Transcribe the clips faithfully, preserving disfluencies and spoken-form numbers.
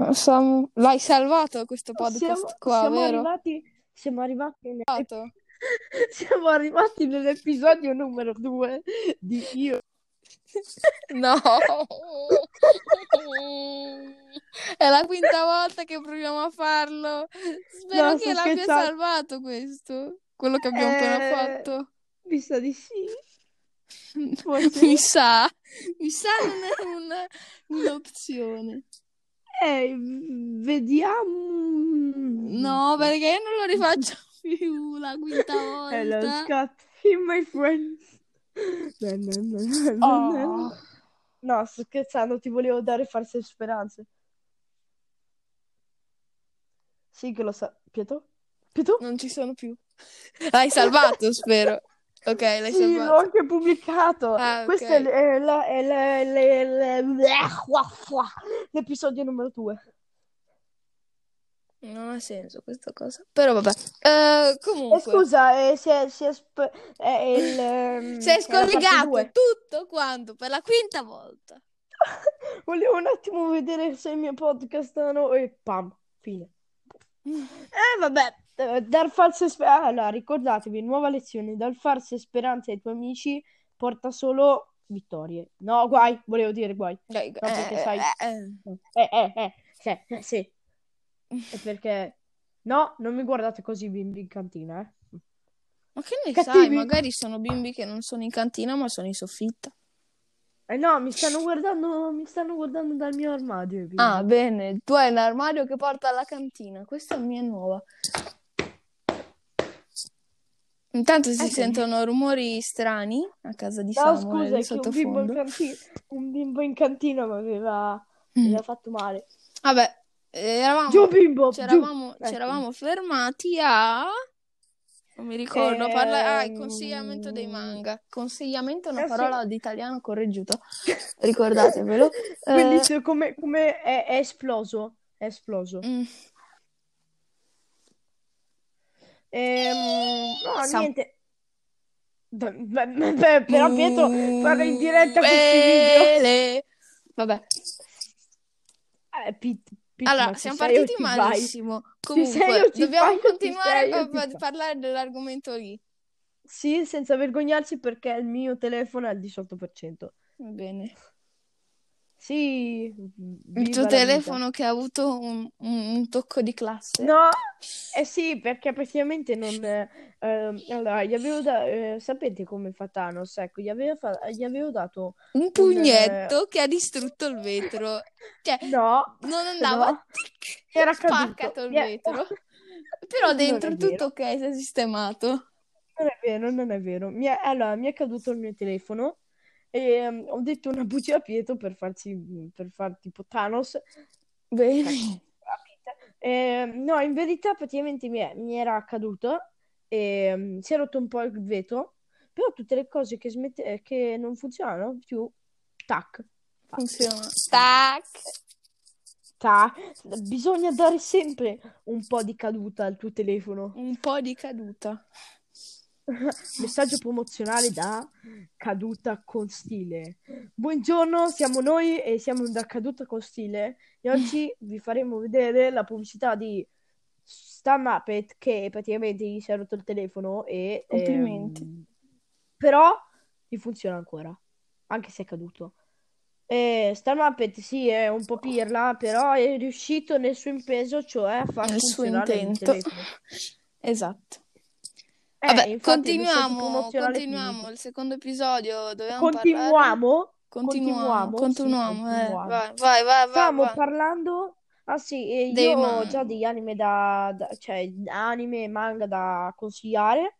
Sam- L'hai salvato questo podcast Siamo, qua, siamo vero? arrivati, siamo arrivati, nel- Salvato. siamo arrivati nell'episodio numero due di Io. No. È la quinta volta che proviamo a farlo. Spero No, che sto l'abbia scherzando. salvato questo. Quello che abbiamo appena Eh, fatto. Mi sa di sì. Forse. Mi sa, mi sa non è una, un'opzione. Eh, vediamo. No, perché io non lo rifaccio più la quinta volta. Hello, Scott. Hey, my friends. No, no, no, no, no, no. Oh. No, sto scherzando, ti volevo dare false speranze. Sì, che lo sa. Pietro? Pietro? Non ci sono più. L'hai salvato, spero. Ok, l'hai Sì, salvato. l'ho anche pubblicato. Ah, Questo ok. è, l- è la- è la- è la- l'episodio numero due. Non ha senso questa cosa. Però vabbè. Eh, E comunque. scusa, eh, si è, si è sp- è il, ehm, Si è è la parte scollegato due. tutto quanto per la quinta volta. Volevo un attimo vedere se il mio podcast no, e pam, fine. Eh vabbè, eh, dar false speranze. Allora, ricordatevi, nuova lezione, dar false speranze ai tuoi amici porta solo vittorie. No, guai, volevo dire guai. Dai, No, perché eh, sai. eh, Eh, eh, eh, sì, eh, sì. È perché. No, non mi guardate così bimbi in cantina, eh. Ma che ne Cattivi. sai? Magari sono bimbi che non sono in cantina ma sono in soffitta. Eh no, mi stanno guardando, mi stanno guardando dal mio armadio. i bimbi. Ah, bene. Tu hai un armadio che porta alla cantina. Questa è mia nuova. Intanto si Eh, sì. sentono rumori strani a casa di No, Samuel scusa, di è che un bimbo in sottofondo. cantina, un bimbo in cantina mi aveva, mi aveva fatto male. Vabbè, eravamo, Giù bimbo, c'eravamo, giù. c'eravamo fermati a... Non mi ricordo, parla... ah, il Ehm, consigliamento dei manga. Consigliamento è una eh, sì. parola di italiano correggiuto. Ricordatevelo. Eh, Bellissimo, come, come è, è esploso. È esploso. mm, Ehm, no, Sam- niente. Beh, beh, beh, però Pietro parla in diretta questi video. Muele. Vabbè, Eh, Pit, Pit, allora, ma ci siamo sei o partiti ti vai? malissimo. Ci sei Comunque, o ti dobbiamo vai o ti continuare sei o a ti a fai? parlare dell'argomento lì. Sì, senza vergognarsi perché il mio telefono è al diciotto per cento. Va bene. Sì, Il viva tuo la vita. telefono che ha avuto un, un- un tocco di classe. No, eh sì, perché praticamente non... eh, ehm, allora, gli avevo da- eh, sapete come fa Thanos? Ecco, gli avevo, fa- gli avevo dato Un un... pugnetto che ha distrutto il vetro. Cioè, No, non andava... no, tic, era spaccato caduto. il Mi è- vetro. Però Non dentro è tutto vero. ok, si è sistemato. Non è vero, non è vero. Mi è, allora, mi è caduto il mio telefono e ehm, ho detto una bugia a Pietro per farsi, per far tipo Thanos. Bene. Eh, no, in verità praticamente mi, è- mi era caduto e mm, si è rotto un po' il vetro, però tutte le cose che, smette- eh, che non funzionano più, tac, Funziona. Tac. tac. Bisogna dare sempre un po' di caduta al tuo telefono. Un po' di caduta. Messaggio promozionale da Caduta con Stile. Buongiorno, siamo noi e siamo da Caduta con Stile e oggi vi faremo vedere la pubblicità di Stan Muppet che praticamente gli si è rotto il telefono e Complimenti. ehm, però gli funziona ancora, anche se è caduto. E Stan Muppet sì, è un po' pirla, però è riuscito nel suo impeso, cioè a far Il suo funzionare il intento. telefono. Esatto. Eh, Vabbè, infatti il messaggio continuiamo, promozionale è continuiamo. finito. Il secondo episodio dobbiamo parlare... Continuiamo, Continuiamo, continuiamo, sì, continuiamo. Eh. continuiamo. Vai, vai, vai, vai, Stavamo vai. parlando, ah sì, eh, Dei io ho manga. già degli anime da, da- cioè anime e manga da consigliare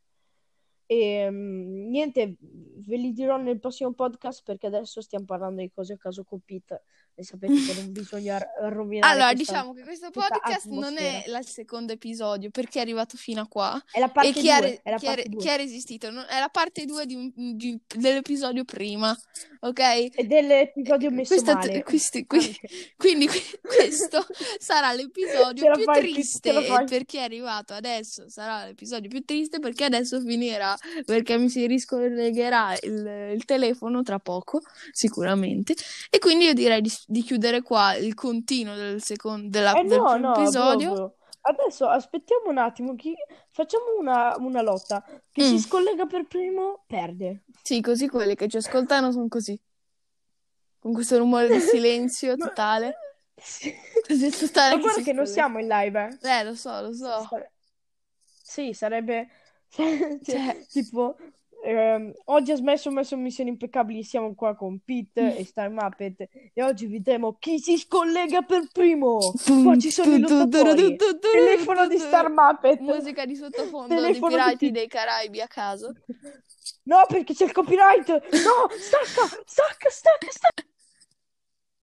e mm, niente, ve li dirò nel prossimo podcast perché adesso stiamo parlando di cose a caso con Pete e sapete che non bisogna r- rovinare Allora, questa, diciamo che questo questa podcast non atmosfera. è la- il secondo episodio perché è arrivato fino a qua. È la E parte chi ha, due, re- è la chi ha re- parte chi due. ha resistito? Non- È la parte due di un- di- dell'episodio prima, ok? È dell'episodio Eh, messo questo- male. questi- qui- Anche. quindi qui- questo sarà l'episodio Ce la più fai, Pete, ce la triste fai. per chi è arrivato adesso. Sarà l'episodio più triste perché adesso finirà, perché mi si riscollegherà il, il telefono tra poco, sicuramente. E quindi io direi di, di chiudere qua il continuo del, secondo, della, Eh del no, primo no, bro, episodio. bro. Adesso aspettiamo un attimo, chi... facciamo una, una lotta. Chi si Mm. scollega per primo perde. Sì, così quelli che ci ascoltano sono così, con questo rumore di silenzio Ma... totale. Sì. Così aspettare Ma che guarda si che non scolleghi. siamo in live, eh. Eh, lo so, lo S- so. sare- Sì, sarebbe... cioè, Cioè, tipo... ehm, oggi ha smesso, ho messo missioni impeccabili, siamo qua con Pete e Star Muppet e oggi vedremo chi si scollega per primo. Qua tum, ci sono i tu, tu, tu, tu, tu, lottatori. tu, tu, Telefono tu, di Star tu. Muppet. Musica di sottofondo dei Telefono di Pirati Pete. dei Caraibi a caso. No, perché c'è il copyright. No, stacca, stacca, stacca, stacca.